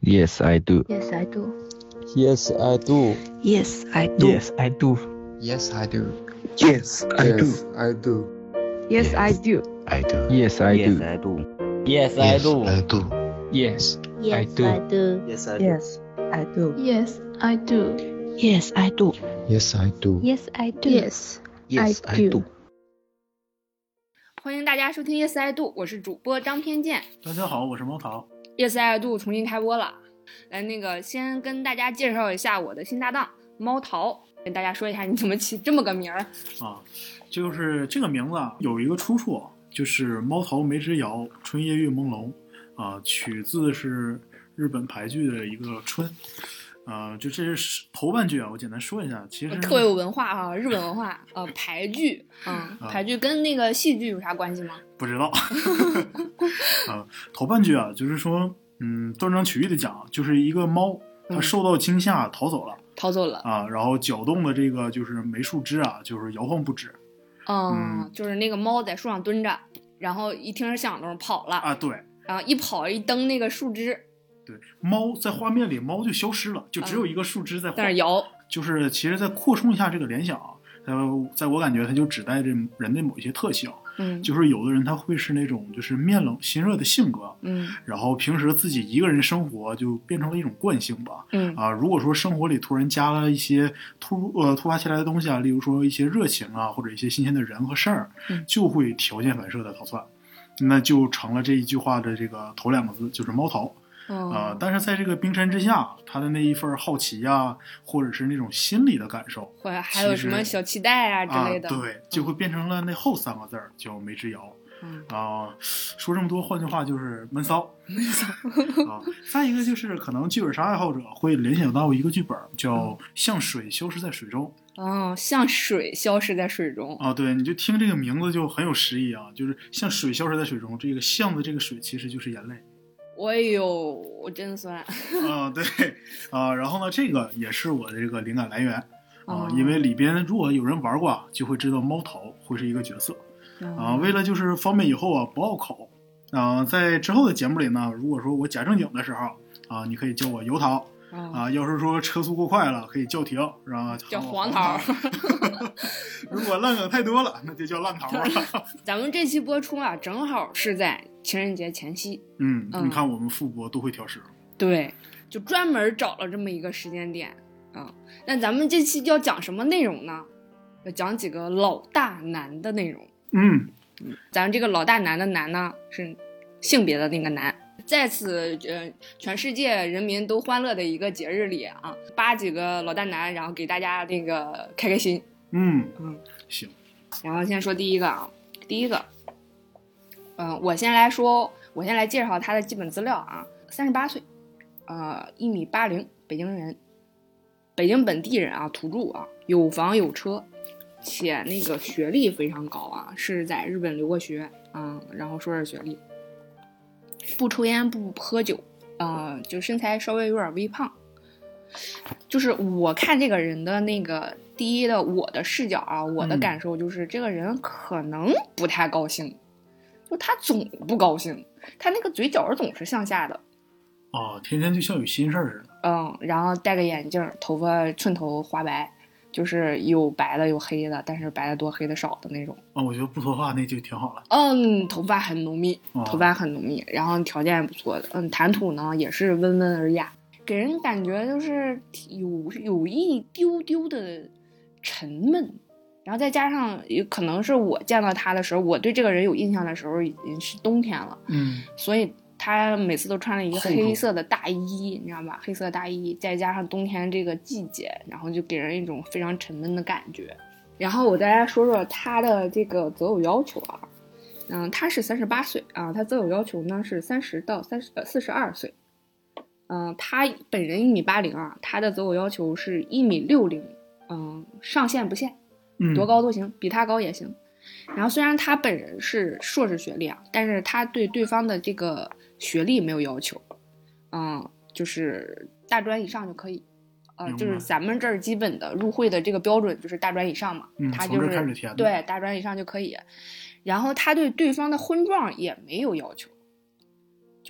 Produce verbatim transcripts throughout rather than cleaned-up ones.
Yes, I do. Yes, I do. Yes, I do. Yes, I do. Yes, I do. Yes, I do. Yes, I do. Yes, I do. Yes, I do. I do. Yes, I do. Yes, I do. Yes, I do. I do. Yes, I Yes, do. I do. Yes, I do. Yes, I do. Yes, I do. Yes, I do. Yes, I do. Yes, I do. Yes, Yes, I do. 欢迎大家收听 Yes I Do， 我是主播张偏见。 大家好，我是猫桃。 Yes I Do 重新开播了，来那个先跟大家介绍一下我的新搭档猫桃，跟大家说一下你怎么起这么个名儿啊，就是这个名字啊有一个出处，就是猫桃梅之遥，春夜月朦胧啊，取自是日本俳句的一个春。呃，就这是头半句啊，我简单说一下，其实特有文化啊，日本文化，呃，俳句，嗯，俳句跟那个戏剧有啥关系吗？ 不知道。啊，头半句啊，就是说，嗯，断章取义的讲，就是一个猫，它受到惊吓逃走了， 逃走了啊，然后搅动的这个就是梅树枝啊，就是摇晃不止。 嗯， 嗯就是那个猫在树上蹲着，然后一听响动跑了啊，对， 然后一跑一蹬那个树枝。 对，猫在画面里，猫就消失了，就只有一个树枝在晃， 在那摇。 就是其实再扩充一下这个联想啊，呃，在我感觉它就指代着人的某一些特性， 嗯， 就是有的人他会是那种就是面冷心热的性格， 嗯， 然后平时自己一个人生活就变成了一种惯性吧， 嗯啊，如果说生活里突然加了一些突呃突发奇来的东西啊，例如说一些热情啊，或者一些新鲜的人和事儿， 嗯， 就会条件反射的逃窜，那就成了这一句话的这个头两个字，就是猫逃。 哦、 呃，但是在这个冰山之下，他的那一份好奇啊，或者是那种心理的感受， 或者还有什么小期待啊之类的， 啊、对，就会变成了那后三个字儿，叫梅之遥。 嗯啊、呃，说这么多，换句话就是闷骚， 闷骚啊。再一个就是可能剧本杀爱好者会联想到一个剧本叫《像水消失在水中》。 哦，像水消失在水中啊，对，你就听这个名字就很有诗意啊，就是像水消失在水中，这个像的这个水其实就是眼泪。 哎呦，我真酸啊、 呃！对啊、呃，然后呢，这个也是我的这个灵感来源啊、 哦呃，因为里边如果有人玩过，就会知道猫桃会是一个角色啊、 哦呃。为了就是方便以后啊不拗口啊、呃，在之后的节目里呢，如果说我假正经的时候啊、呃，你可以叫我油桃。啊、呃，要是说车速过快了，可以叫停，然后叫黄桃。 如果烂梗太多了，那就叫烂桃了。 咱们这期播出啊，正好是在情人节前夕。 嗯， 嗯你看我们复播都会挑时。 对，就专门找了这么一个时间点啊、嗯。那咱们这期要讲什么内容呢？要讲几个老大难的内容。 嗯， 咱们这个老大难的难呢，是性别的那个难。在此呃全世界人民都欢乐的一个节日里啊，扒几个老大难，然后给大家那个开开心。 嗯嗯， 行。 然后先说第一个啊，第一个，嗯、呃，我先来说，我先来介绍他的基本资料啊。三十八岁，呃，一米八零，北京人，北京本地人啊，土著啊，有房有车，且那个学历非常高啊，是在日本留过学啊、嗯，然后硕士学历。不抽烟不喝酒，呃，就身材稍微有点微胖。就是我看这个人的那个第一的我的视角啊，我的感受就是这个人可能不太高兴，嗯、就他总不高兴，他那个嘴角总是向下的。 哦，天天就像有心事儿似的。 嗯，然后戴个眼镜，头发寸头花白，就是有白的有黑的，但是白的多黑的少的那种。 哦，我觉得不脱发那就挺好了。 嗯，头发很浓密， 哦、 头发很浓密，然后条件也不错的。嗯，谈吐呢也是温文尔雅，给人感觉就是有有一丢丢的沉闷。然后再加上也可能是我见到他的时候，我对这个人有印象的时候已经是冬天了， 嗯， 所以他每次都穿了一个黑色的大衣，你知道吧？黑色的大衣，再加上冬天这个季节，然后就给人一种非常沉闷的感觉。然后我再来说说他的这个择偶要求啊，嗯，他是三十八岁啊，他择偶要求呢是三十到三十呃四十二岁，嗯，他本人一米八零啊，他的择偶要求是一米六零，嗯，上限不限，多高都行，比他高也行。然后虽然他本人是硕士学历啊，但是他对对方的这个学历没有要求，嗯，就是大专以上就可以，呃，就是咱们这儿基本的入会的这个标准就是大专以上嘛， 嗯、 他就是对大专以上就可以。然后他对对方的婚状也没有要求，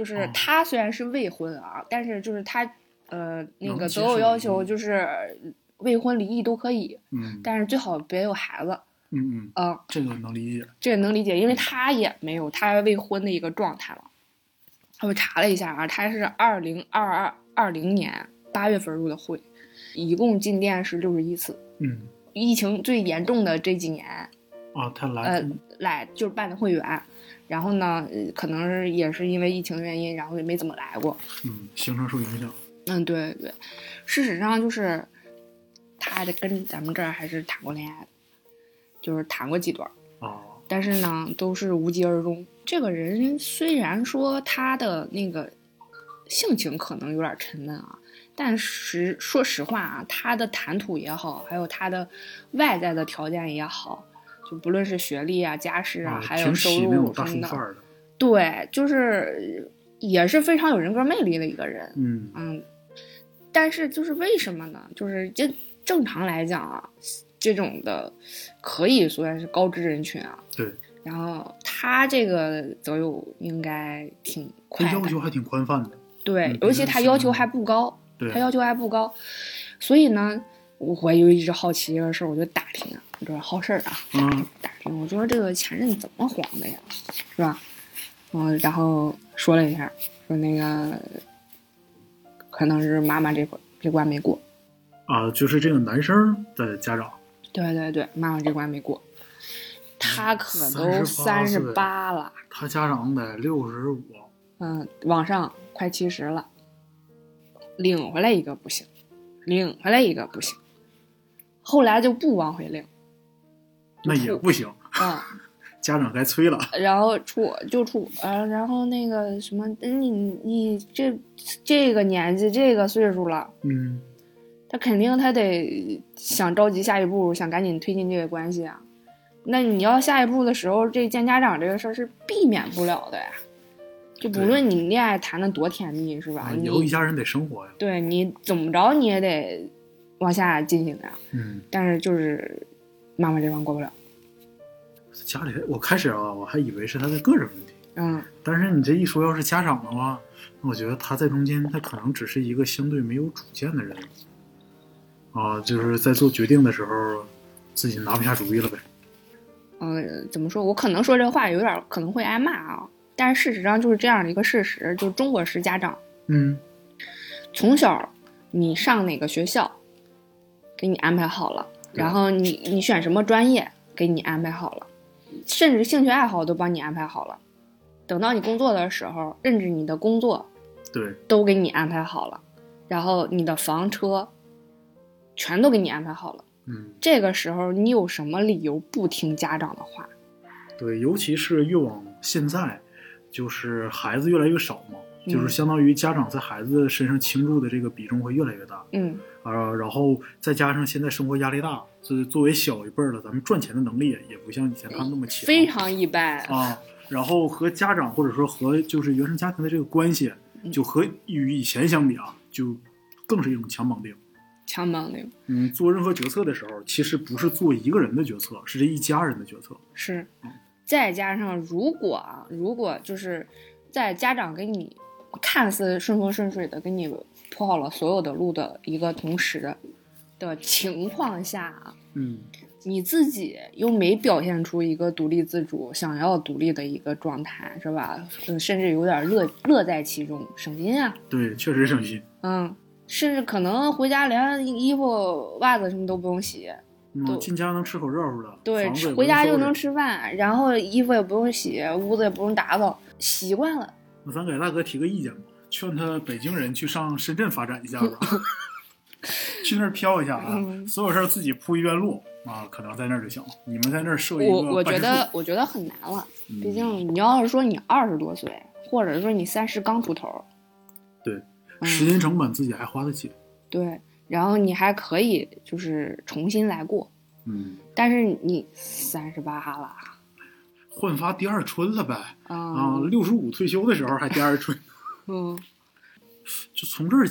就是他虽然是未婚啊，但是就是他呃那个择偶能接受要求就是未婚离异都可以， 嗯但是最好别有孩子。 嗯嗯， 嗯， 这个能理解。 这个能理解，因为他也没有他未婚的一个状态了。我查了一下啊，他是二零二二二零年八月份入的会，一共进店是六十一次。 嗯疫情最严重的这几年， 啊，他来呃，来就是办的会员，然后呢，呃可能是也是因为疫情原因，然后也没怎么来过。 嗯，行程受影响。 嗯，对对，事实上就是他的跟咱们这儿还是谈过恋爱的，就是谈过几段。 啊， 但是呢，都是无疾而终。这个人虽然说他的那个性情可能有点沉闷啊，但是说实话啊，他的谈吐也好，还有他的外在的条件也好，就不论是学历啊、家世啊， 啊还有挺收入痞那种大什么的， 叔范儿的。 对，就是也是非常有人格魅力的一个人。 嗯嗯，但是就是为什么呢？就是这正常来讲啊，这种的可以算是高知人群啊。 对。 然后他这个择偶应该挺快的， 他要求还挺宽泛的。 对， 嗯而且他要求还不高， 对他要求还不高，所以呢，我我就一直好奇这个事儿，我就打听啊，我这好事儿啊， 嗯打听，我说这个前任怎么黄的呀，是吧？嗯，然后说了一下，说那个可能是妈妈这块这关没过。 啊，就是这个男生的家长。 对对对，妈妈这关没过，他可都三三十十八了， 他家长得六十五。 嗯，往上快七十了，领回来一个不行，领回来一个不行，后来就不往回领， 那也不行， 啊、 家长该催了。 然后处就处，呃，然后那个什么，你你这这个年纪这个岁数了， 嗯， 他肯定他得想着急下一步，想赶紧推进这个关系啊。那你要下一步的时候，这见家长这个事儿是避免不了的呀。就不论你恋爱谈的多甜蜜，是吧？ 啊， 你以后一家人得生活呀。 对你怎么着你也得往下进行呀。 嗯， 但是就是妈妈这关过不了。 家里我开始啊，我还以为是他的个人问题。 嗯， 但是你这一说，要是家长的话，那我觉得他在中间，他可能只是一个相对没有主见的人啊，就是在做决定的时候，自己拿不下主意了呗。 呃，怎么说？我可能说这话有点可能会挨骂啊，但是事实上就是这样的一个事实，就是中国式家长， 嗯， 从小你上哪个学校，给你安排好了，然后你你选什么专业，给你安排好了，甚至兴趣爱好都帮你安排好了。等到你工作的时候，甚至你的工作， 对， 都给你安排好了，然后你的房车，全都给你安排好了。 嗯， 这个时候你有什么理由不听家长的话？ 对，尤其是越往现在，就是孩子越来越少嘛， 嗯、 就是相当于家长在孩子身上倾注的这个比重会越来越大。 嗯， 啊，然后再加上现在生活压力大，是作为小一辈的，咱们赚钱的能力也不像以前他们那么强， 非常一般啊。然后和家长或者说和就是原生家庭的这个关系，就和与以前相比啊，就更是一种强绑定。 强绑定。 嗯，做任何决策的时候，其实不是做一个人的决策，是这一家人的决策。 是，再加上如果啊，如果就是在家长给你看似顺风顺水的给你铺好了所有的路的一个同时的情况下啊， 嗯， 你自己又没表现出一个独立自主、想要独立的一个状态，是吧？呃、甚至有点乐乐在其中，省心啊。 对，确实省心。 嗯。甚至可能回家连衣服、袜子什么都不用洗， 嗯，进家能吃口热乎的， 对，回家就能吃饭，然后衣服也不用洗，屋子也不用打扫，习惯了。 那咱给大哥提个意见吧，劝他北京人去上深圳发展一下子，去那儿飘一下啊，嗯、所有事儿自己铺一遍路啊，可能在那儿就行了。你们在那儿设一个我我觉得我觉得很难了，嗯、毕竟你要是说你二十多岁，或者说你三十刚出头， 对。时间成本自己还花得起、嗯， 对，然后你还可以就是重新来过， 嗯， 但是你三十八了， 焕发第二春了呗， 嗯、 啊，六十五退休的时候还第二春， 嗯， 就从这儿讲，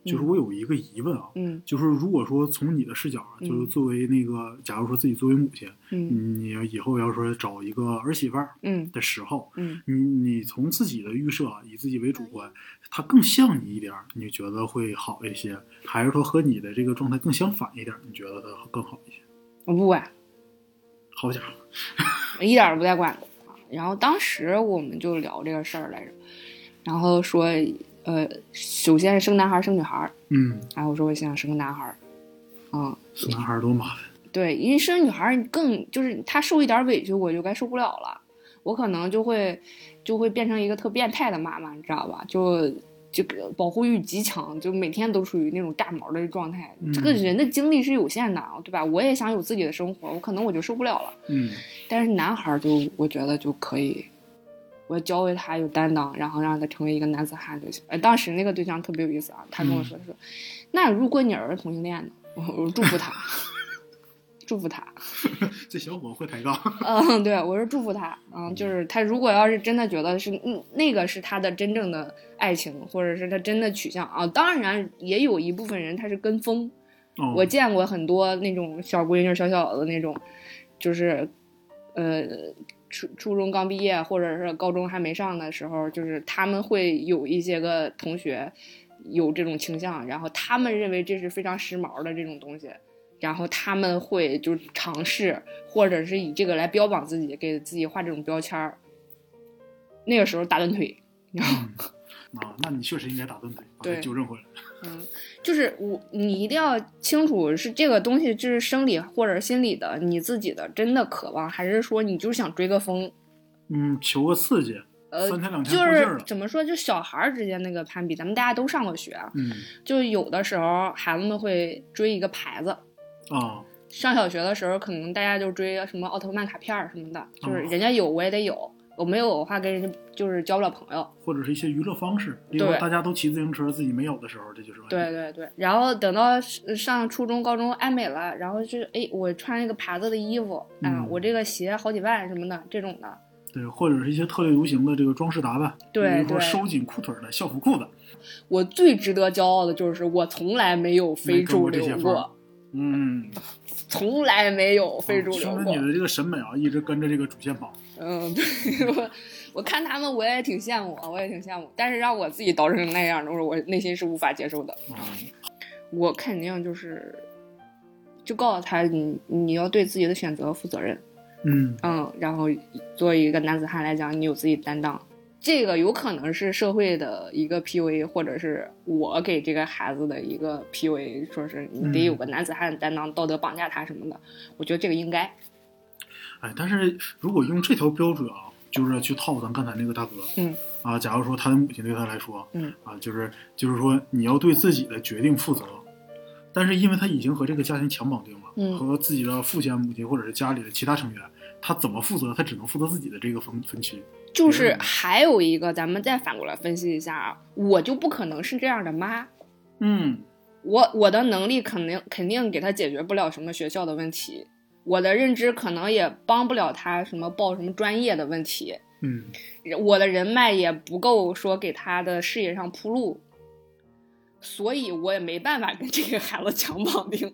就是我有一个疑问啊， 嗯就是如果说从你的视角啊， 嗯就是作为那个，假如说自己作为母亲， 嗯你以后要说找一个儿媳妇儿嗯的时候， 嗯你你从自己的预设啊，以自己为主观，他更像你一点儿，你觉得会好一些，还是说和你的这个状态更相反一点儿，你觉得他更好一些？ 我不管， 好家伙， 我一点儿都不带管的。然后当时我们就聊这个事儿来着，然后说，呃，首先生男孩生女孩， 嗯， 然后我说我想生个男孩，嗯， 生男孩多麻烦。 对，因为生女孩更就是他受一点委屈我就该受不了了，我可能就会就会变成一个特变态的妈妈，你知道吧？就这个保护欲极强，就每天都处于那种炸毛的状态。 嗯、 这个人的精力是有限的，对吧？我也想有自己的生活，我可能我就受不了了。 嗯， 但是男孩就我觉得就可以，我教会他有担当，然后让他成为一个男子汉就行。呃，当时那个对象特别有意思啊，他跟我说说，嗯、那如果你儿子同性恋呢？我我祝福他。祝福他， 这小伙会抬杠。 嗯，对，我是祝福他。嗯，就是他如果要是真的觉得是嗯那个是他的真正的爱情，或者是他真的取向啊，当然也有一部分人他是跟风。 哦、 我见过很多那种小闺女、小小的那种，就是呃初初中刚毕业或者是高中还没上的时候，就是他们会有一些个同学有这种倾向，然后他们认为这是非常时髦的这种东西。然后他们会就尝试，或者是以这个来标榜自己，给自己画这种标签儿。那个时候打断腿，然后、 嗯、啊，那你确实应该打断腿，把它纠正回来。 嗯，就是我，你一定要清楚是这个东西，就是生理或者心理的，你自己的真的渴望，还是说你就是想追个风？ 嗯，求个刺激。 呃， 三天两天就是怎么说，就小孩之间那个攀比，咱们大家都上过学， 嗯， 就有的时候孩子们会追一个牌子。 啊， 上小学的时候，可能大家就追什么奥特曼卡片什么的，就是人家有我也得有，我没有的话跟人家就是交不了朋友， 或者是一些娱乐方式。例如大家都骑自行车，自己没有的时候，这就是问题。 对对对。然后等到上初中、高中爱美了，然后就是哎，我穿一个牌子的衣服啊、 嗯， 我这个鞋好几万什么的这种的。 对，或者是一些特立独行的这个装饰打扮， 对， 比如说收紧裤腿的校服裤子。 我最值得骄傲的就是我从来没有非主流过。 嗯， 从来没有非主流过。 说明你的这个审美啊，一直跟着这个主线跑。 嗯，对，我我看他们，我也挺羡慕，我也挺羡慕。但是让我自己捯饬成那样的，我内心是无法接受的。 嗯， 我肯定就是，就告诉他，你你要对自己的选择负责任。 嗯嗯，然后作为一个男子汉来讲，你有自己担当。这个有可能是社会的一个 P U A， 或者是我给这个孩子的一个 P U A， 说是你得有个男子汉担当，道德绑架他什么的。我觉得这个应该。 哎，但是如果用这条标准啊，就是去套咱刚才那个大哥， 嗯啊，假如说他的母亲对他来说， 嗯啊，就是就是说你要对自己的决定负责，但是因为他已经和这个家庭强绑定了， 嗯， 和自己的父亲、母亲或者是家里的其他成员，他怎么负责？他只能负责自己的这个分分区。 就是还有一个，咱们再反过来分析一下啊，我就不可能是这样的妈， 嗯， 我我的能力肯定肯定给他解决不了什么学校的问题，我的认知可能也帮不了他什么报什么专业的问题， 嗯， 我的人脉也不够说给他的事业上铺路，所以我也没办法跟这个孩子强绑定。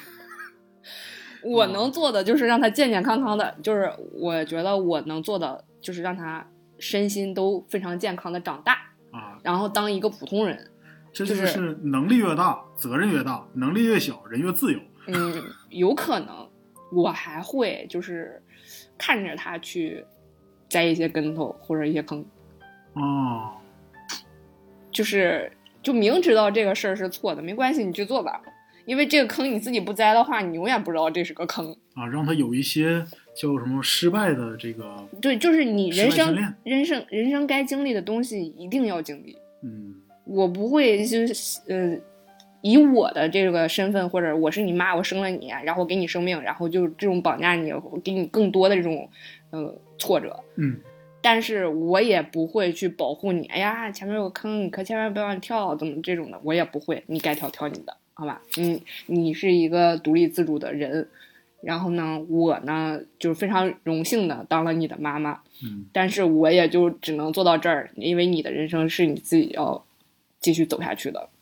我能做的就是让他健健康康的，就是我觉得我能做的就是让他身心都非常健康的长大啊， 然后当一个普通人。 这就是能力越大责任越大，能力越小人越自由。 嗯，有可能我还会就是看着他去栽一些跟头或者一些坑。 哦， 就是就明知道这个事儿是错的，没关系，你去做吧。因为这个坑你自己不栽的话，你永远不知道这是个坑啊。让他有一些叫什么失败的这个， 对，就是你人生人生人生该经历的东西一定要经历。 嗯， 我不会就是呃，以我的这个身份，或者我是你妈，我生了你，然后给你生命，然后就这种绑架你，给你更多的这种呃挫折。 嗯， 但是我也不会去保护你。哎呀，前面有个坑，你可千万不要跳，怎么这种的，我也不会。你该跳跳你的。好吧，嗯，你是一个独立自主的人，然后呢，我呢就是非常荣幸的当了你的妈妈， 嗯， 但是我也就只能做到这儿，因为你的人生是你自己要继续走下去的。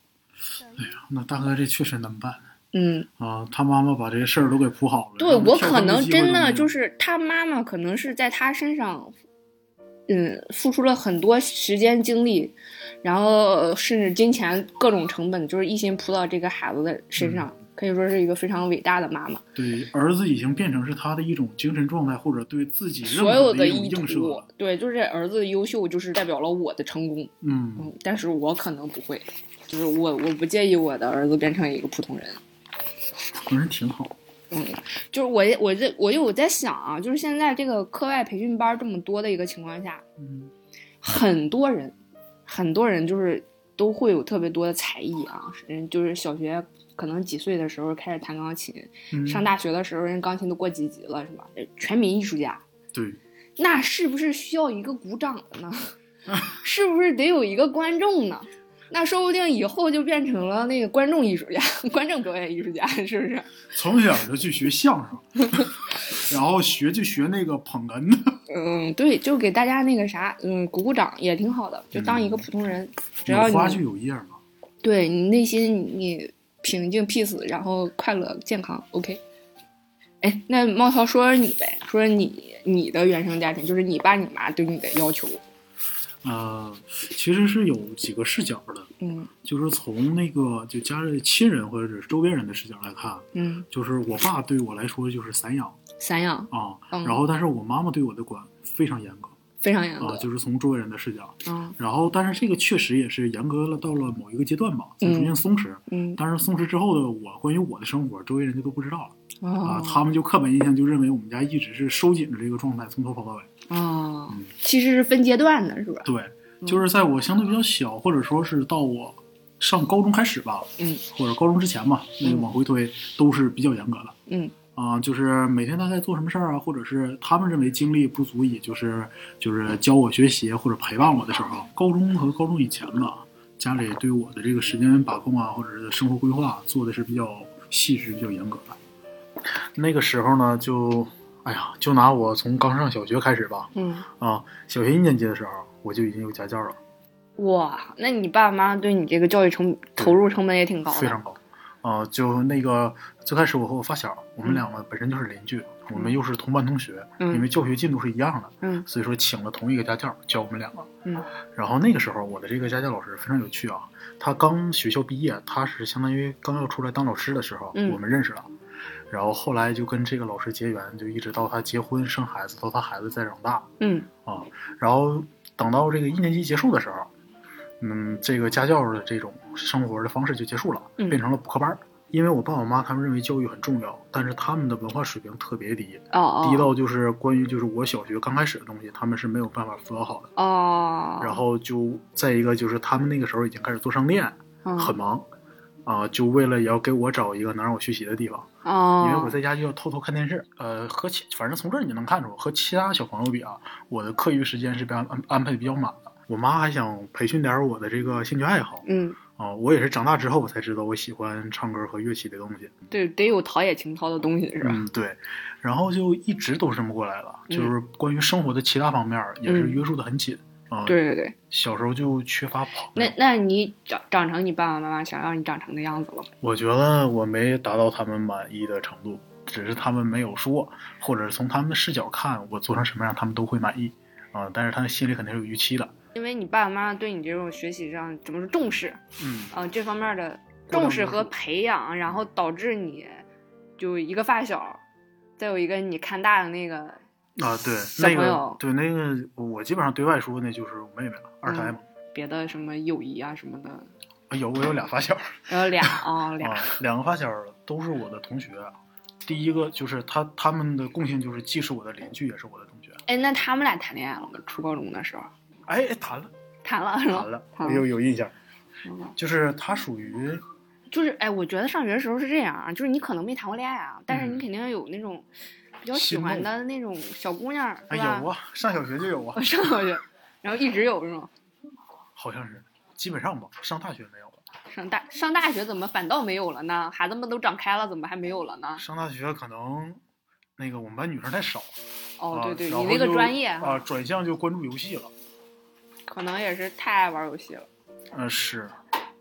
哎呀，那大哥这确实难办嗯， 啊！他妈妈把这些事儿都给铺好了。 对我可能跳坑机会真的都没有就是他妈妈可能是在他身上，嗯，付出了很多时间精力，然后甚至金钱各种成本，就是一心扑到这个孩子的身上， 嗯、 可以说是一个非常伟大的妈妈。 对，儿子已经变成是他的一种精神状态，或者对自己所有的意映射图。对，就是这儿子的优秀，就是代表了我的成功。 嗯嗯，但是我可能不会，就是我我不介意我的儿子变成一个普通人。 普通人挺好。 嗯，就是我我这我有在想啊，就是现在这个课外培训班这么多的一个情况下， 嗯， 很多人，很多人就是都会有特别多的才艺啊，人就是小学可能几岁的时候开始弹钢琴， 嗯、 上大学的时候人钢琴都过几级了，是吧？全民艺术家。 对， 那是不是需要一个鼓掌的呢？是不是得有一个观众呢？那说不定以后就变成了那个观众艺术家、观众表演艺术家，是不是？ 从小就去学相声，然后学就学那个捧哏的。 嗯，对，就给大家那个啥，嗯，鼓鼓掌也挺好的，就当一个普通人，嗯、只要你有花就有叶嘛。 对你内心你平静 peace， 然后快乐健康 ，OK。哎，那猫头说说你呗，说说你你的原生家庭，就是你爸你妈对你的要求。 呃，其实是有几个视角的， 嗯， 就是从那个就家里亲人或者是周边人的视角来看， 嗯， 就是我爸对我来说就是散养， 散养啊， 嗯、 然后但是我妈妈对我的管非常严格， 非常严格， 啊，就是从周围人的视角， 嗯， 然后但是这个确实也是严格了到了某一个阶段吧，才逐渐松弛， 嗯， 但是松弛之后的我，关于我的生活，周围人就都不知道了。 哦、 啊，他们就刻板印象就认为我们家一直是收紧的这个状态，从头跑到尾。 哦、 嗯， 其实是分阶段的，是吧？ 对，就是在我相对比较小，或者说是到我上高中开始吧， 嗯， 或者高中之前吧，那个往回推都是比较严格的。 嗯， 啊，就是每天大概做什么事儿啊，或者是他们认为精力不足以，就是就是教我学习或者陪伴我的时候，高中和高中以前吧，家里对我的这个时间把控啊，或者是生活规划做的是比较细致、比较严格的。那个时候呢，就，哎呀，就拿我从刚上小学开始吧， 嗯， 啊，小学一年级的时候，我就已经有家教了。 哇，那你爸妈对你这个教育成投入成本也挺高的， 非常高。啊、呃，就那个最开始我和我发小，我们两个本身就是邻居，嗯、我们又是同班同学， 嗯， 因为教学进度是一样的， 嗯， 所以说请了同一个家教教我们两个， 嗯， 然后那个时候我的这个家教老师非常有趣啊，他刚学校毕业，他是相当于刚要出来当老师的时候， 嗯、 我们认识了。然后后来就跟这个老师结缘，就一直到他结婚生孩子，到他孩子再长大， 嗯啊，然后等到这个一年级结束的时候，嗯，这个家教的这种生活的方式就结束了， 嗯、 变成了补课班。因为我爸我妈他们认为教育很重要，但是他们的文化水平特别低， 哦， 低到就是关于就是我小学刚开始的东西，他们是没有办法辅导好的。 哦， 然后就再一个就是他们那个时候已经开始做商店， 嗯、 很忙。啊、呃，就为了也要给我找一个能让我学习的地方， 哦， 因为我在家就要偷偷看电视，呃，和其反正从这儿你就能看出，和其他小朋友比啊，我的课余时间是被安安排的比较满的。我妈还想培训点我的这个兴趣爱好， 嗯， 啊、呃，我也是长大之后我才知道我喜欢唱歌和乐器的东西， 对，得有陶冶情操的东西是吧？ 嗯，对，然后就一直都是这么过来了， 嗯、 就是关于生活的其他方面也是约束的很紧。 嗯呃、对对对， 小时候就缺乏朋友。 那那你长长成你爸爸妈妈想让你长成的样子了？ 我觉得我没达到他们满意的程度，只是他们没有说，或者从他们的视角看，我做成什么样他们都会满意啊、呃。但是他们心里肯定是有预期的， 因为你爸爸妈妈对你这种学习上怎么说重视， 嗯啊、呃、这方面的重视和培养，然后导致你就一个发小，再有一个你看大的那个。 啊，对，那个对那个，我基本上对外说那就是我妹妹了，二胎嘛、嗯。 别的什么友谊啊什么的， 啊、有我有俩发小， 有俩啊、哦、俩、 啊，两个发小都是我的同学。第一个就是他他们的共性就是既是我的邻居也是我的同学。 哎，那他们俩谈恋爱了吗？初高中的时候？ 哎，谈了， 谈了是吧？ 谈了，我有有印象。 嗯、 就是他属于， 就是哎，我觉得上学的时候是这样啊，就是你可能没谈过恋爱啊，但是你肯定有那种。嗯比较喜欢的那种小姑娘， 哎，有啊，上小学就有啊， 上小学，然后一直有是吗？ 好像是，基本上吧。上大学没有了。 上大上大学怎么反倒没有了呢？孩子们都长开了，怎么还没有了呢？ 上大学可能，那个我们班女生太少。 哦，对对， 啊、 你那个专业啊，转、呃、向就关注游戏了。 可能也是太爱玩游戏了。 嗯、呃，是。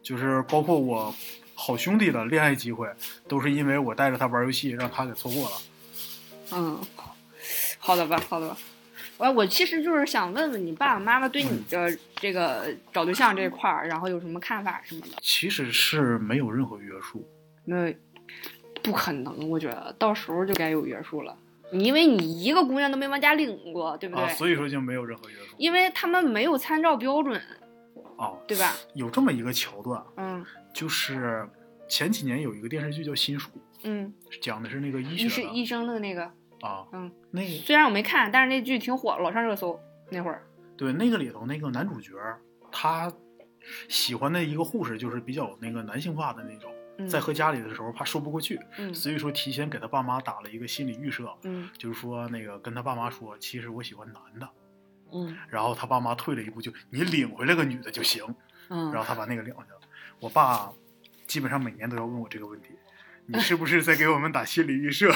就是包括我好兄弟的恋爱机会，都是因为我带着他玩游戏，让他给错过了。 嗯，好的吧，好的吧。我我其实就是想问问你爸爸妈妈对你的这个找对象这块儿，然后有什么看法什么的？ 其实是没有任何约束。 那不可能，我觉得到时候就该有约束了。因为你一个姑娘都没往家领过，对不对？ 啊，所以说就没有任何约束。 因为他们没有参照标准， 哦， 对吧？ 有这么一个桥段， 嗯， 就是前几年有一个电视剧叫《心术》， 嗯， 讲的是那个医医学的生医生的那个， 啊， 嗯， 那个虽然我没看，但是那剧挺火，老上热搜那会儿。 对，那个里头那个男主角他喜欢的一个护士就是比较那个男性化的那种。 嗯、 在和家里的时候怕说不过去， 嗯， 所以说提前给他爸妈打了一个心理预设， 嗯， 就是说那个跟他爸妈说，其实我喜欢男的， 嗯， 然后他爸妈退了一步，就你领回来个女的就行， 嗯， 然后他把那个领回去了。我爸基本上每年都要问我这个问题，你是不是在给我们打心理预设？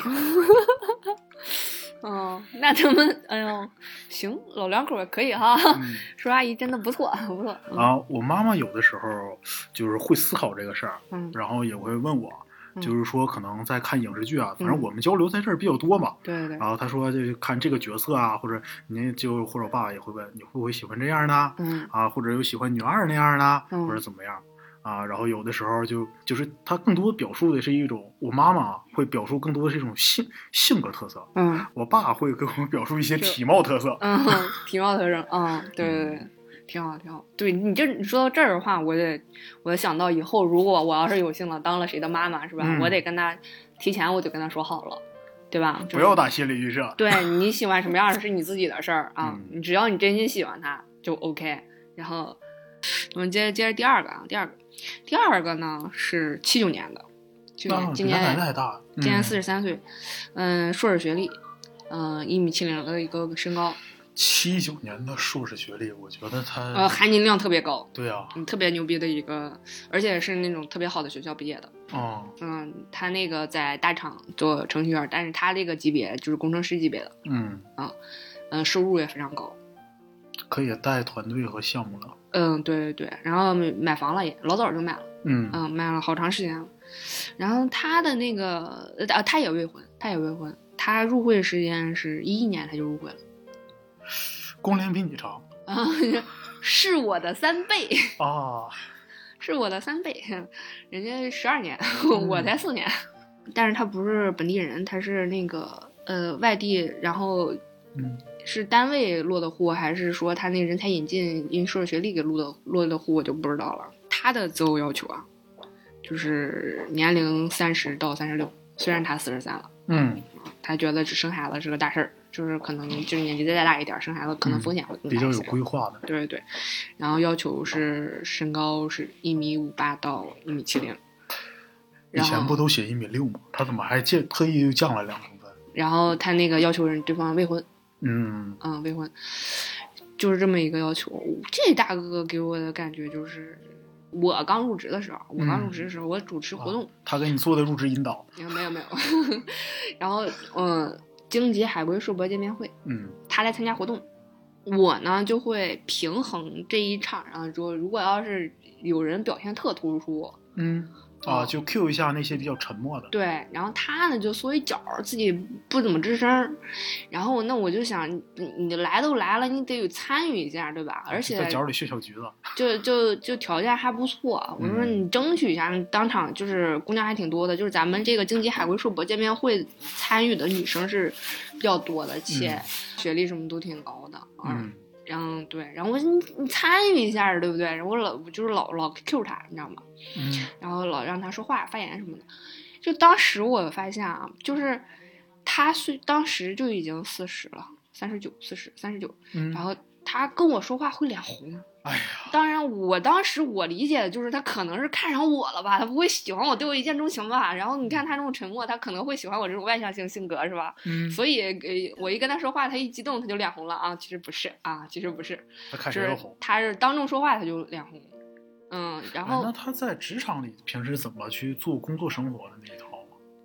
哦，那他们，哎呦，行，老两口也可以哈。 嗯、 叔阿姨真的不错，不错。嗯、 啊，我妈妈有的时候就是会思考这个事儿， 嗯， 然后也会问我， 嗯、 就是说可能在看影视剧啊，反正我们交流在这儿比较多嘛。 对对对。 然后他说，就看这个角色啊，或者您就或者我爸也会问，你会不会喜欢这样的？ 嗯。 啊，或者有喜欢女二那样的， 嗯、 或者怎么样？啊，然后有的时候就就是他更多表述的是一种，我妈妈会表述更多的是一种性性格特色， 嗯， 我爸会给我表述一些体貌特色， 嗯，体貌特征，嗯，对对对，挺好挺好。对你这你说到这儿的话，我得我得想到以后如果我要是有幸了当了谁的妈妈是吧， 嗯、 我得跟他提前我就跟他说好了，对吧？ 不要打心理预设。 对，你喜欢什么样的是你自己的事儿啊， 嗯、 你只要你真心喜欢他就 OK。然后我们接着接着第二个啊，第二个。第二个呢是七九年的，去年、啊、今年太大， 嗯、今年四十三岁，嗯，硕士学历，嗯、呃，一米七零的一个身高。 七九年的硕士学历，我觉得他呃含金量特别高。 对啊， 嗯，特别牛逼的一个，而且是那种特别好的学校毕业的。 哦， 嗯，他那个在大厂做程序员，但是他这个级别就是工程师级别的。 嗯啊，嗯、呃，收入也非常高， 可以带团队和项目了。 嗯，对对对，然后买房了也老早就买了， 嗯嗯，买了好长时间了。然后他的那个呃，他也未婚，他也未婚，他入会时间是一一年他就入会了， 工龄比你长啊，是我的三倍啊， 是我的三倍，人家十二年，我才四年，嗯、但是他不是本地人，他是那个呃外地，然后嗯。 是单位落的户，还是说他那个人才引进因硕士学历给落的落的户，我就不知道了。他的择偶要求啊，就是年龄三十到三十六，虽然他四十三了， 嗯， 他觉得只生孩子是个大事儿，就是可能就是年纪再大一点，生孩子可能风险会更大一些、 嗯、比较有规划的。 对对，然后要求是身高是一米五八到一米七零。 以前不都写一米六吗？他怎么还降特意又降了两公分？ 然后他那个要求人对方未婚。 嗯嗯，未婚，就是这么一个要求。这大哥给我的感觉就是，我刚入职的时候，我刚入职的时候，嗯、我主持活动、啊， 他给你做的入职引导， 没有没有没有。然后，嗯，京吉海归硕博见面会， 嗯， 他来参加活动，我呢就会平衡这一场上说，如果要是有人表现特突出， 嗯。啊，就 Q 一下那些比较沉默的。 对，然后他呢就缩一角，自己不怎么吱声。然后那我就想，你你来都来了，你得有参与一下，对吧？而且在角里削小橘子， 就就就条件还不错。我说你争取一下，嗯、当场就是姑娘还挺多的，就是咱们这个京吉海归硕博见面会参与的女生是比较多的，且学历什么都挺高的。 嗯。 然后对，然后我说你你参与一下，对不对？然后我老就是老老 Q 他，你知道吗？ 嗯。 然后老让他说话、发言什么的。就当时我发现啊，就是他虽当时就已经四十了，三十九、四十、三十九，然后他跟我说话会脸红。 哎呀， 当然，我当时我理解的就是他可能是看上我了吧，他不会喜欢我，对我一见钟情吧。然后你看他这种沉默，他可能会喜欢我这种外向型性格，是吧？ 嗯。 所以，呃，我一跟他说话，他一激动他就脸红了啊。其实不是啊，其实不是。 他看谁要红？ 他是当众说话他就脸红。嗯，然后、 哎、那他在职场里平时怎么去做工作生活的那一套？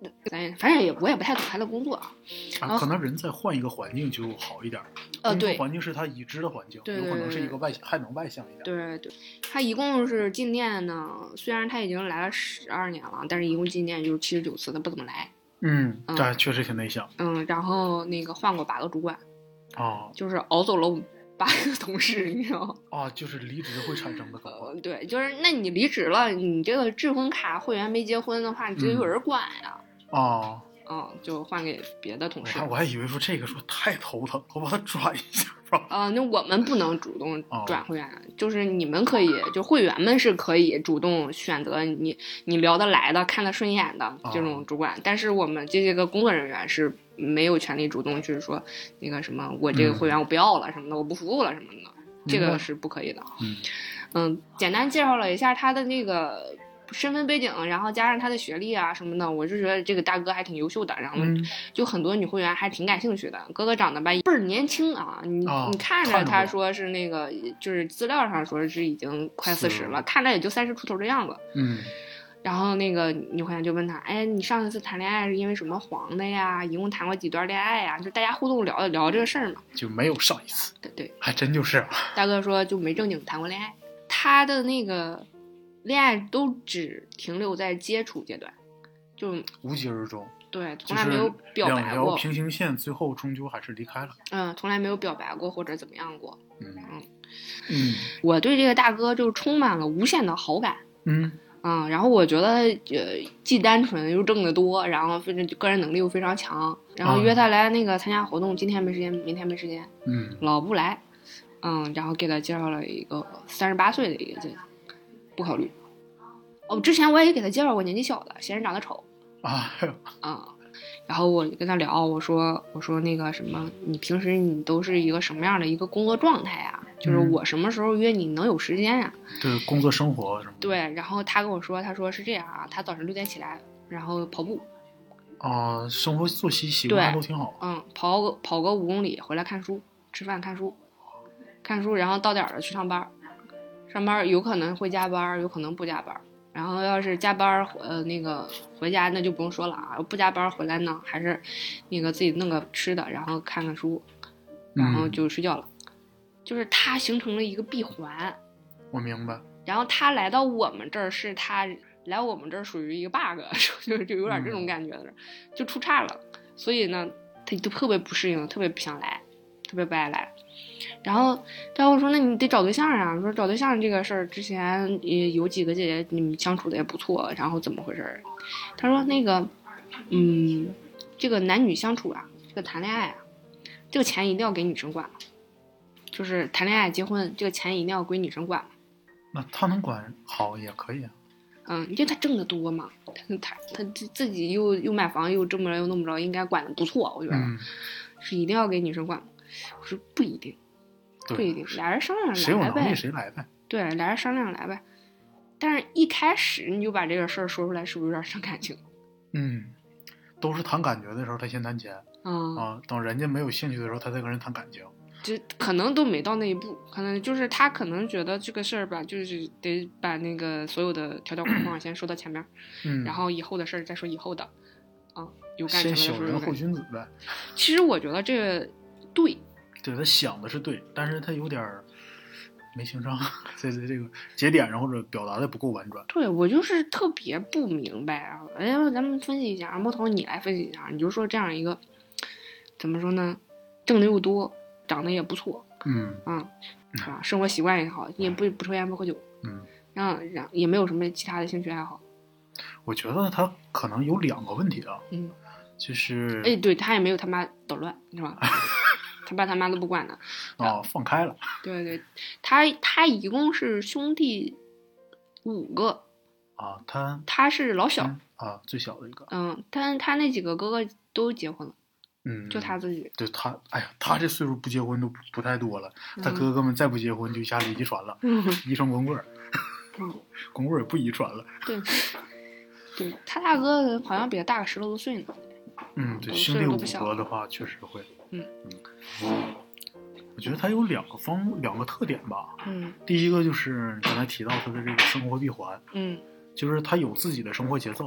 咱反正也我也不太懂他的工作啊。 啊，可能人再换一个环境就好一点。 呃，对， 环境是他已知的环境， 对对对对， 有可能是一个外还能外向一点。 对对，他一共是进店呢，虽然他已经来了十二年了，但是一共进店就是七十九次，他不怎么来。 嗯，这确实挺内向。 嗯，然后那个换过八个主管。 哦， 就是熬走了八个同事，你知道吗？ 哦，就是离职会产生的更换。 呃，对，就是那你离职了，你这个智婚卡会员没结婚的话，你得有人管呀。 嗯、哦。 嗯，就换给别的同事。 我还以为说这个说太头疼，我把它转一下吧。 啊、呃，那我们不能主动转会员，哦、就是你们可以，就会员们是可以主动选择你你聊得来的、看得顺眼的这种主管，哦、但是我们这些个工作人员是没有权利主动去说那个什么，我这个会员我不要了什么的，嗯、我不服务了什么的，这个是不可以的。 嗯嗯，简单介绍了一下他的那个身份背景，然后加上他的学历啊什么的，我就觉得这个大哥还挺优秀的，然后就很多女会员还挺感兴趣的。哥哥长得吧倍儿年轻啊，你、哦、你看着他说是那个，就是资料上说是已经快四十了，看着也就三十出头的样子。 嗯， 然后那个女会员就问他，哎，你上一次谈恋爱是因为什么黄的呀？一共谈过几段恋爱呀？就大家互动聊聊这个事儿嘛。 就没有上一次。 对对， 还真就是。 大哥说就没正经谈过恋爱，他的那个。恋爱都只停留在接触阶段，就无疾而终。 对，从来没有表白过。 两条平行线，最后终究还是离开了。 嗯，从来没有表白过或者怎么样过。 嗯嗯嗯， 我对这个大哥就充满了无限的好感。 嗯嗯，然后我觉得呃，既单纯又挣得多，然后非常个人能力又非常强，然后约他来那个参加活动，今天没时间，明天没时间， 嗯， 老不来。嗯，然后给他介绍了一个三十八岁的一个人。不考虑。哦，之前我也给他介绍过年纪小的，嫌人长得丑啊啊、嗯。然后我跟他聊，我说我说那个什么，你平时你都是一个什么样的一个工作状态啊？就是我什么时候约你能有时间呀、 啊？对，工作生活什么？ 对，然后他跟我说，他说是这样啊，他早上六点起来，然后跑步。 啊、呃，生活作息习惯都挺好。 嗯，跑个跑个五公里，回来看书，吃饭看书，看书，然后到点了去上班。上班有可能会加班，有可能不加班。然后要是加班，呃，那个回家那就不用说了啊。不加班回来呢，还是那个自己弄个吃的，然后看看书，然后就睡觉了。嗯、就是它形成了一个闭环。 我明白。 然后他来到我们这儿，是他来我们这儿属于一个 bug， 就就有点这种感觉的，嗯、就出岔了。所以呢，他就特别不适应，特别不想来，特别不爱来。然后，然后我说，那你得找对象啊。我说找对象这个事儿，之前也有几个姐姐你们相处的也不错，然后怎么回事？他说那个，嗯，这个男女相处啊，这个谈恋爱啊，这个钱一定要给女生管，就是谈恋爱结婚，这个钱一定要归女生管。 那他能管好也可以啊。 嗯，因为他挣得多嘛，他他他自己又又买房又这么着又那么着，应该管得不错，我觉得、嗯、是一定要给女生管。我说不一定。不一定，俩人商量谁有来呗， 能力谁来呗。 对，俩人商量来呗。但是一开始你就把这个事儿说出来，是不是有点伤感情？ 嗯，都是谈感觉的时候，他先谈钱。 嗯啊，等人家没有兴趣的时候，他再跟人谈感情。 就可能都没到那一步，可能就是他可能觉得这个事儿吧，就是得把那个所有的条条框框先说到前面， 嗯， 然后以后的事儿再说以后的。啊，有感情的时候先小人后君子呗。 其实我觉得这个对。 对，他想的是对，但是他有点没情商，在这个节点上或者表达的不够婉转。 对，我就是特别不明白啊！哎呀，咱们分析一下，摸头你来分析一下，你就说这样一个怎么说呢，挣的又多，长得也不错， 嗯啊，是吧？生活习惯也好，也不不抽烟不喝酒， 嗯， 然后然也没有什么其他的兴趣爱好。 我觉得他可能有两个问题啊， 嗯， 就是哎，对他也没有他妈捣乱，是吧？他爸他妈都不管的哦，放开了。 对对，他他一共是兄弟五个啊，他他是老小、 嗯、啊，最小的一个。 嗯，但他那几个哥哥都结婚了， 嗯， 就他自己。 对他，哎呀，他这岁数不结婚都不不太多了，嗯、他哥哥们再不结婚就一下子遗传了，嗯、遗传光棍儿， 嗯， 光棍儿也不遗传了。 对，对他大哥好像比他大个十多岁呢。 嗯，对，兄弟五个的话确实会。嗯嗯，我觉得他有两个方两个特点吧。 嗯， 第一个就是刚才提到他的这个生活闭环。 嗯， 就是他有自己的生活节奏，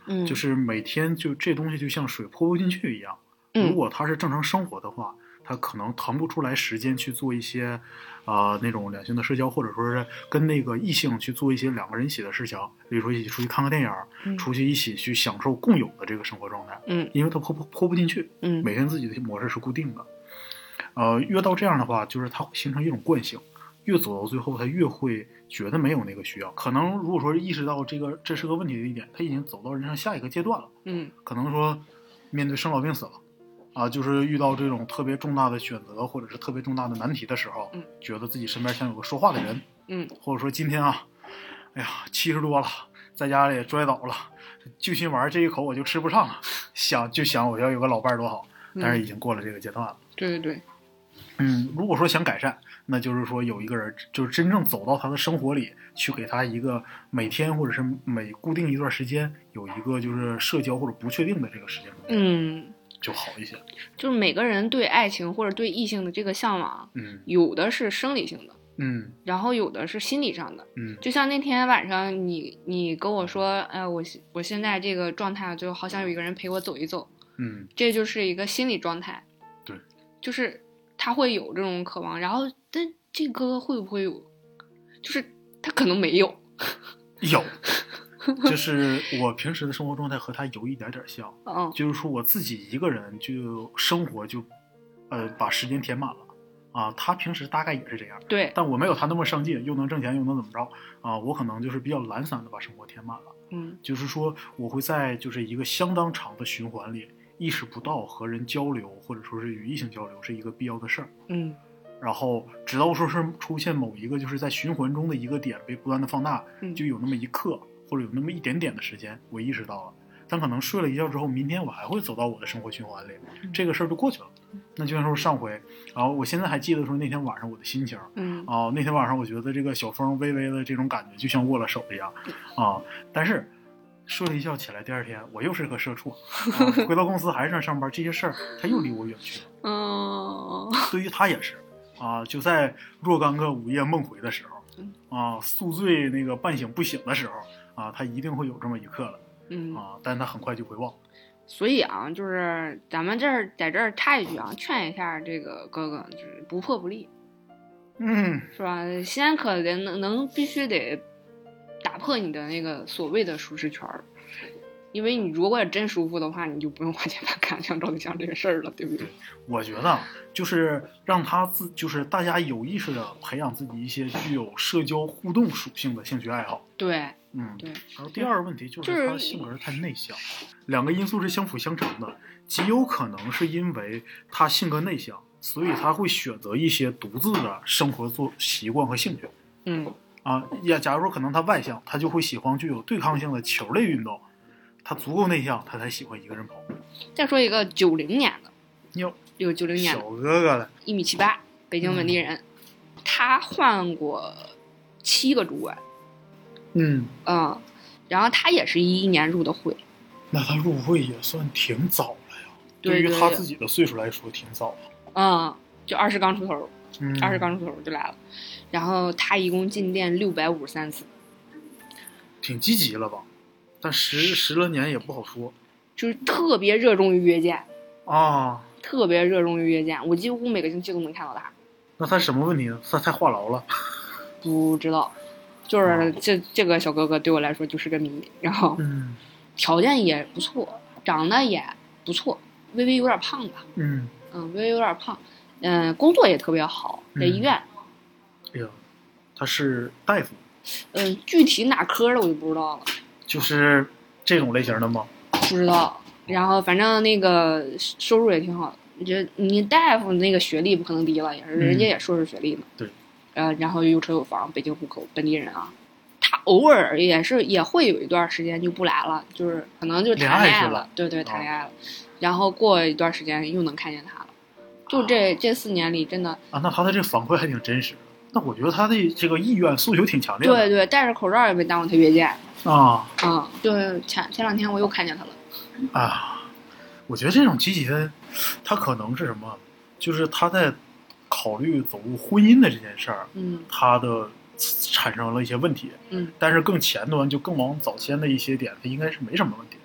嗯， 就是每天就这东西就像水泼不进去一样。 嗯如果他是正常生活的话，他可能腾不出来时间去做一些，呃，那种两性的社交，或者说是跟那个异性去做一些两个人一起的事情，比如说一起出去看个电影， 嗯出去一起去享受共有的这个生活状态。 嗯因为他泼泼泼不进去， 嗯每天自己的模式是固定的。呃，越到这样的话，就是他会形成一种惯性，越走到最后，他越会觉得没有那个需要。可能如果说意识到这个这是个问题的一点，他已经走到人生下一个阶段了。 嗯可能说面对生老病死了。啊，就是遇到这种特别重大的选择，或者是特别重大的难题的时候， 嗯， 觉得自己身边像有个说话的人， 嗯， 或者说今天啊，哎呀，七十多了，在家里也摔倒了，就心丸这一口我就吃不上了，想就想我要有个老伴儿多好，但是已经过了这个阶段了。 对对对， 嗯，如果说想改善，那就是说有一个人就是真正走到他的生活里，去给他一个每天或者是每固定一段时间有一个就是社交或者不确定的这个时间， 嗯。 就好一些。 就是每个人对爱情或者对异性的这个向往， 嗯有的是生理性的， 嗯然后有的是心理上的。 嗯就像那天晚上你你跟我说，哎，我我现在这个状态就好想有一个人陪我走一走， 嗯， 这就是一个心理状态。 对， 就是他会有这种渴望，然后但这哥哥会不会有？就是他可能没有， 有。就是我平时的生活状态和他有一点点像， 嗯， 就是说我自己一个人就生活就，呃，把时间填满了，啊，他平时大概也是这样， 对， 但我没有他那么上进，又能挣钱又能怎么着啊，我可能就是比较懒散的把生活填满了， 嗯， 就是说我会在就是一个相当长的循环里意识不到和人交流或者说是与异性交流是一个必要的事儿， 嗯， 然后直到说是出现某一个就是在循环中的一个点被不断的放大， 嗯就有那么一刻。或者有那么一点点的时间，我意识到了，但可能睡了一觉之后，明天我还会走到我的生活循环里， 嗯、这个事儿就过去了。那就像说上回，然后我现在还记得说那天晚上我的心情， 嗯， 啊，那天晚上我觉得这个小风微微的这种感觉就像握了手一样，啊，但是睡了一觉起来，第二天我又是个社畜，啊、回到公司还是上上班，这些事儿他又离我远去了。 嗯， 对于他也是，啊，就在若干个午夜梦回的时候，啊，宿醉那个半醒不醒的时候。啊，他一定会有这么一刻的， 嗯啊，但是他很快就会忘。 所以啊，就是咱们这儿在这儿插一句啊，劝一下这个哥哥，就是不破不立， 嗯， 是吧？先可得能能必须得打破你的那个所谓的舒适圈儿，因为你如果真舒服的话，你就不用花钱办看相照对象这个事儿了，对不对？ 我觉得就是让他自，就是大家有意识的培养自己一些具有社交互动属性的兴趣爱好。 对。 嗯， 对。 然后第二个问题就是他性格太内向，两个因素是相辅相成的，极有可能是因为他性格内向，所以他会选择一些独自的生活做习惯和兴趣。 嗯， 啊，也假如说可能他外向，他就会喜欢具有对抗性的球类运动；他足够内向，他才喜欢一个人跑。 再说一个九零年的， 哟， 一个九零年的小哥哥了， 一米七八，北京本地人，嗯、他换过七个主管。 嗯嗯，然后他也是一一年入的会， 那他入会也算挺早了呀。 对, 对于他自己的岁数来说，挺早了。 嗯，就二十刚出头， 嗯， 二十刚出头就来了。然后他一共进店六百五十三次， 挺积极了吧？但十十来年也不好说。 就是特别热衷于约见啊， 特别热衷于约见，我几乎每个星期都能看到他。 那他什么问题呢？他太话痨了？ 不知道。就是这这个小哥哥对我来说就是个谜，然后嗯， 条件也不错，长得也不错，微微有点胖吧， 嗯嗯，微微有点胖，嗯，工作也特别好，在医院。 哎呀，他是大夫。 嗯，具体哪科的我就不知道了。 就是这种类型的吗？ 不知道。然后反正那个收入也挺好的，你觉得你大夫那个学历不可能低了，也是、嗯、人家也硕士学历嘛。 对。 呃，然后有车有房，北京户口，本地人啊。他偶尔也是也会有一段时间就不来了，就是可能就谈恋爱了， 了对对，谈恋爱了、哦。然后过一段时间又能看见他了，就这、啊、这四年里真的啊，那他的这反馈还挺真实。那我觉得他的这个意愿诉求挺强烈的。 对对，戴着口罩也没耽误他约见。 啊啊，就是前前两天我又看见他了。 啊，我觉得这种积极的，他可能是什么？就是他在考虑走入婚姻的这件事儿， 嗯， 他的产生了一些问题， 嗯， 但是更前端就更往早先的一些点，他应该是没什么问题。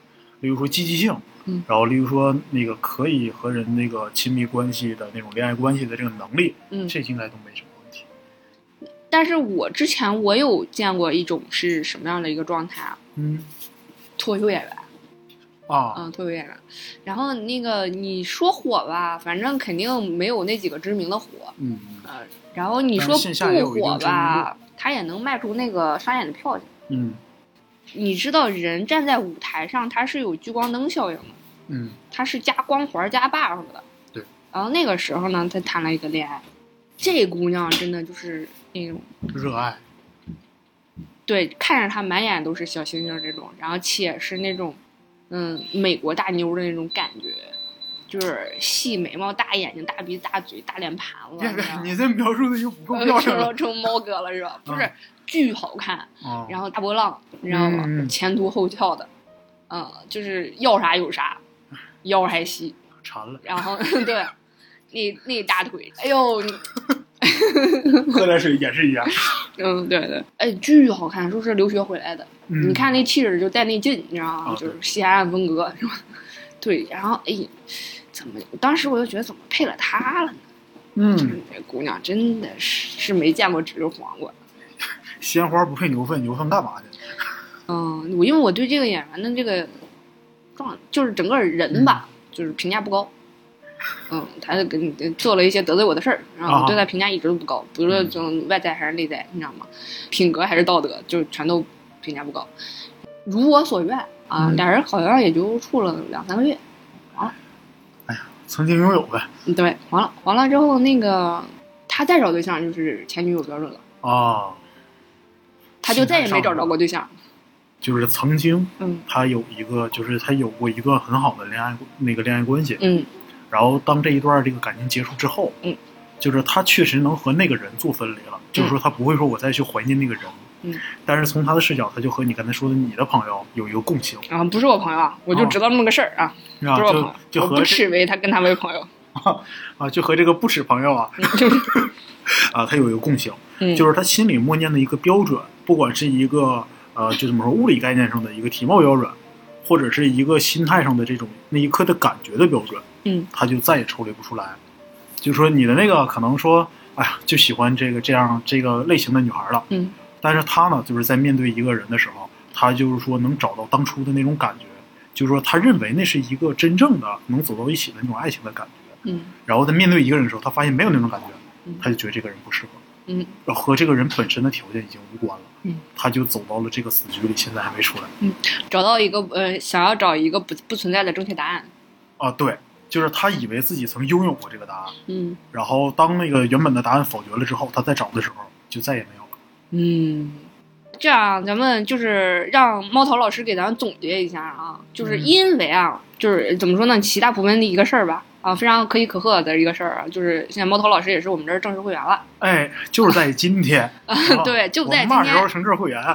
例如说积极性， 嗯， 然后例如说那个可以和人那个亲密关系的那种恋爱关系的这个能力， 嗯， 这应该都没什么问题。 但是我之前我有见过一种是什么样的一个状态啊？ 嗯， 脱口秀演员。 啊， 嗯，脱口秀演员。然后那个你说火吧，反正肯定没有那几个知名的火。 嗯， 呃，然后你说不火吧，他也能卖出那个商演的票钱。 嗯， 你知道人站在舞台上，它是有聚光灯效应的。 嗯， 它是加光环加 buff 的。 对。 然后那个时候呢，他谈了一个恋爱，这姑娘真的就是那种热爱。 对，看着她满眼都是小星星这种，然后且是那种。嗯，美国大妞的那种感觉，就是细眉毛、大眼睛、大鼻子、大嘴、大脸盘子。 你这描述的又不够漂亮了， 成猫哥了是吧？不是，巨好看。 啊、 然后大波浪，你知道吗？ 嗯、 前凸后翘的，嗯，就是要啥有啥，腰还细， 馋了。 然后对，那那大腿，哎呦，你喝点水演示一下。 嗯，对对，哎，巨好看，说是留学回来的。 嗯、 你看那气质就带那劲，你知道吗？ 啊、 就是西海岸风格，是吧？对，然后哎，怎么？当时我就觉得怎么配了她了呢？ 嗯， 就是这姑娘真的是是没见过纸质黄瓜。 鲜花不配牛粪，牛粪干嘛去？ 嗯，我因为我对这个演员的这个状，就是整个人吧， 嗯、 就是评价不高。嗯，他给你做了一些得罪我的事儿，然后我对他评价一直都不高，不论从外在还是内在，你知道吗？品格还是道德，就全都评价不高。如我所愿啊， 嗯、 俩人好像也就处了两三个月，完了。 哎呀，曾经拥有呗。 对，完了，完了之后，那个他再找对象就是前女友标准了啊， 他就再也没找着过对象。 就是曾经， 嗯， 他有一个，就是他有过一个很好的恋爱那个恋爱关系， 嗯。 然后当这一段这个感情结束之后， 嗯， 就是他确实能和那个人做分离了，嗯、就是说他不会说我再去怀念那个人， 嗯， 但是从他的视角，他就和你刚才说的你的朋友有一个共性啊，不是我朋友啊，我就知道那么个事儿啊， 啊， 不是我朋友， 就就和我不耻为他跟他为朋友啊啊，就和这个不耻朋友啊，啊，他有一个共性， 嗯， 就是他心里默念的一个标准，不管是一个呃，就怎么说物理概念上的一个体貌标准，或者是一个心态上的这种那一刻的感觉的标准。 嗯， 他就再也抽离不出来。就是说你的那个可能说，哎呀，就喜欢这个这样这个类型的女孩了。 嗯， 但是他呢，就是在面对一个人的时候，他就是说能找到当初的那种感觉，就是说他认为那是一个真正的能走到一起的那种爱情的感觉。 嗯， 然后在面对一个人的时候，他发现没有那种感觉， 嗯、 他就觉得这个人不适合。 嗯， 和这个人本身的条件已经无关了。 嗯， 他就走到了这个死局里，现在还没出来。 嗯，找到一个呃，想要找一个不不存在的正确答案。 啊，对。就是他以为自己曾拥有过这个答案， 嗯， 然后当那个原本的答案否决了之后，他再找的时候就再也没有了。 嗯，这样咱们就是让猫头老师给咱们总结一下啊，就是因为啊，嗯、就是怎么说呢，其大普遍的一个事儿吧，啊，非常可喜可贺的一个事儿啊，就是现在猫头老师也是我们这儿正式会员了。 哎，就是在今天， 啊、对，就在今天。 我嘛时候成这会员？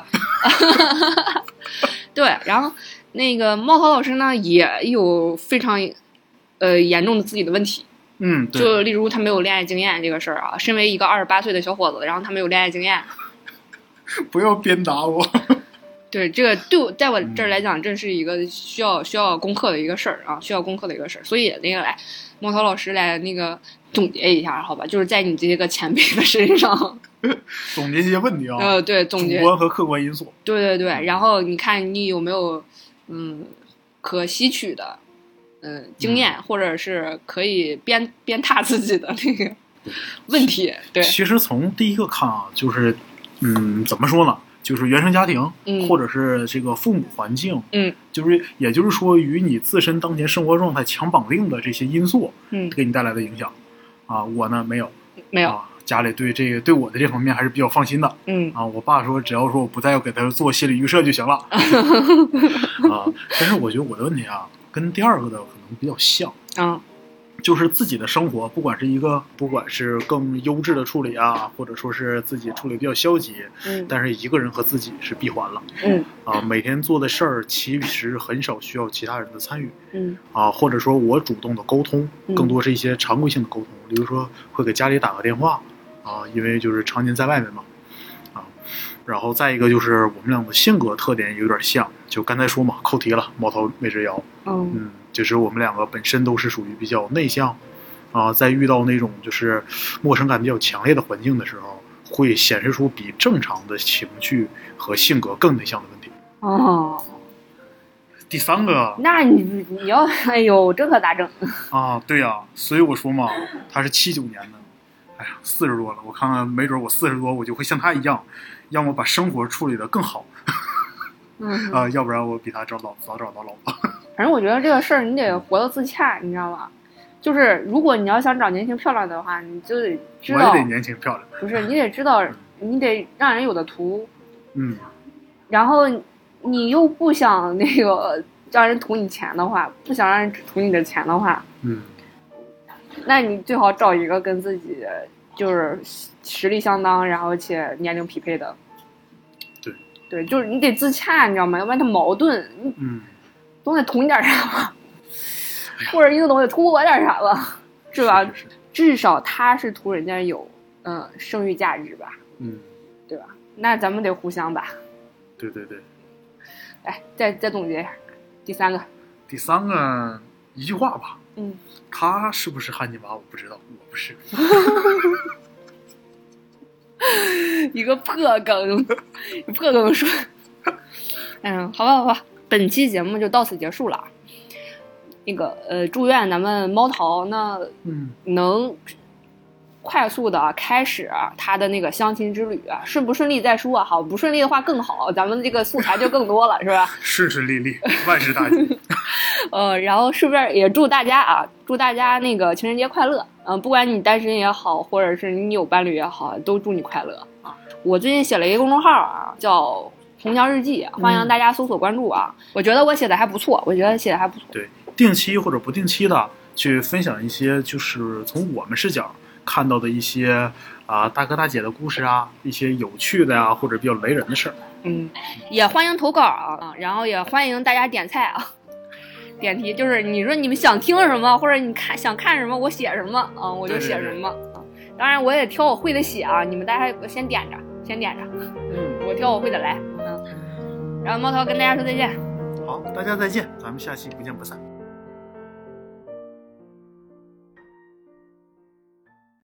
对，然后那个猫头老师呢，也有非常。呃，严重的自己的问题， 嗯，对， 就例如他没有恋爱经验这个事儿啊，身为一个二十八岁的小伙子，然后他没有恋爱经验， 不要鞭打我。 对，这个对我在我这儿来讲，这是一个需要需要攻克的一个事儿啊，需要攻克的一个事儿。所以那个来，猫头老师来那个总结一下，好吧？就是在你这个前辈的身上总结一些问题啊， 呃，对，总结主观和客观因素， 对对对，然后你看你有没有嗯可吸取的。嗯，经验、嗯、或者是可以鞭鞭挞自己的那个问题，对。 其实从第一个看啊，就是嗯，怎么说呢？就是原生家庭， 嗯， 或者是这个父母环境， 嗯， 就是也就是说与你自身当前生活状态强绑定的这些因素， 嗯， 给你带来的影响。啊，我呢没有， 没有。 啊家里对这个对我的这方面还是比较放心的， 嗯啊，我爸说只要说我不再要给他做心理预设就行了，啊，但是我觉得我的问题啊，跟第二个的可能比较像， 啊， 就是自己的生活，不管是一个不管是更优质的处理啊，或者说是自己处理比较消极， 嗯， 但是一个人和自己是闭环了， 嗯， 啊，每天做的事儿其实很少需要其他人的参与， 嗯， 啊，或者说我主动的沟通，更多是一些常规性的沟通，比如说会给家里打个电话。啊，因为就是常年在外面嘛，啊， 然后再一个就是我们俩的性格特点有点像，就刚才说嘛，扣题了，猫头没只摇。 嗯嗯，就是我们两个本身都是属于比较内向，啊、在遇到那种就是陌生感比较强烈的环境的时候，会显示出比正常的情绪和性格更内向的问题。 哦， 第三个那你你要哎呦，这可咋整？ 啊，对呀、啊，所以我说嘛，他是七九年的，哎呀，四十多了，我看看，没准我四十多我就会像他一样，要么把生活处理得更好， 嗯啊、要不然我比他早早早找到老婆。 反正我觉得这个事儿你得活得自洽，你知道吧？就是如果你要想找年轻漂亮的话，你就得知道， 我也得年轻漂亮。 不是你得知道，你得让人有的图， 嗯， 然后你又不想那个让人图你钱的话，不想让人图你的钱的话， 嗯， 那你最好找一个跟自己就是实力相当，然后且年龄匹配的。 对对，就是你得自洽，你知道吗？要不然他矛盾，你嗯， 总得图你点啥吧，或者你总得图我点啥吧，是吧？ 是是是至少他是图人家有嗯生育价值吧， 嗯， 对吧？那咱们得互相吧。 对对对。 哎，再再总结一下，第三个， 第三个一句话吧， 嗯， 他是不是汉尼拔我不知道，我不是。 一个破梗，破梗说，嗯，好吧好吧，本期节目就到此结束了。那个呃，祝愿咱们猫桃呢， 嗯， 能快速的开始他的那个相亲之旅，顺不顺利再说，好，不顺利的话更好，咱们这个素材就更多了，是吧？ 顺顺利利，万事大吉。 呃，然后顺便也祝大家啊，祝大家那个情人节快乐，嗯、呃，不管你单身也好，或者是你有伴侣也好，都祝你快乐啊！我最近写了一个公众号啊，叫红娘日记，欢迎大家搜索关注啊。嗯、我觉得我写的还不错，我觉得写的还不错。 对，定期或者不定期的去分享一些，就是从我们视角看到的一些啊、呃、大哥大姐的故事啊，一些有趣的呀、啊，或者比较雷人的事儿。 嗯，也欢迎投稿啊，然后也欢迎大家点菜啊。点题就是你说你们想听什么，或者你看想看什么，我写什么啊、嗯，我就写什么啊。当然我也挑我会的写啊，你们大家先点着，先点着，嗯，我挑我会的来，嗯。然后猫头跟大家说再见。 好，大家再见，咱们下期不见不散。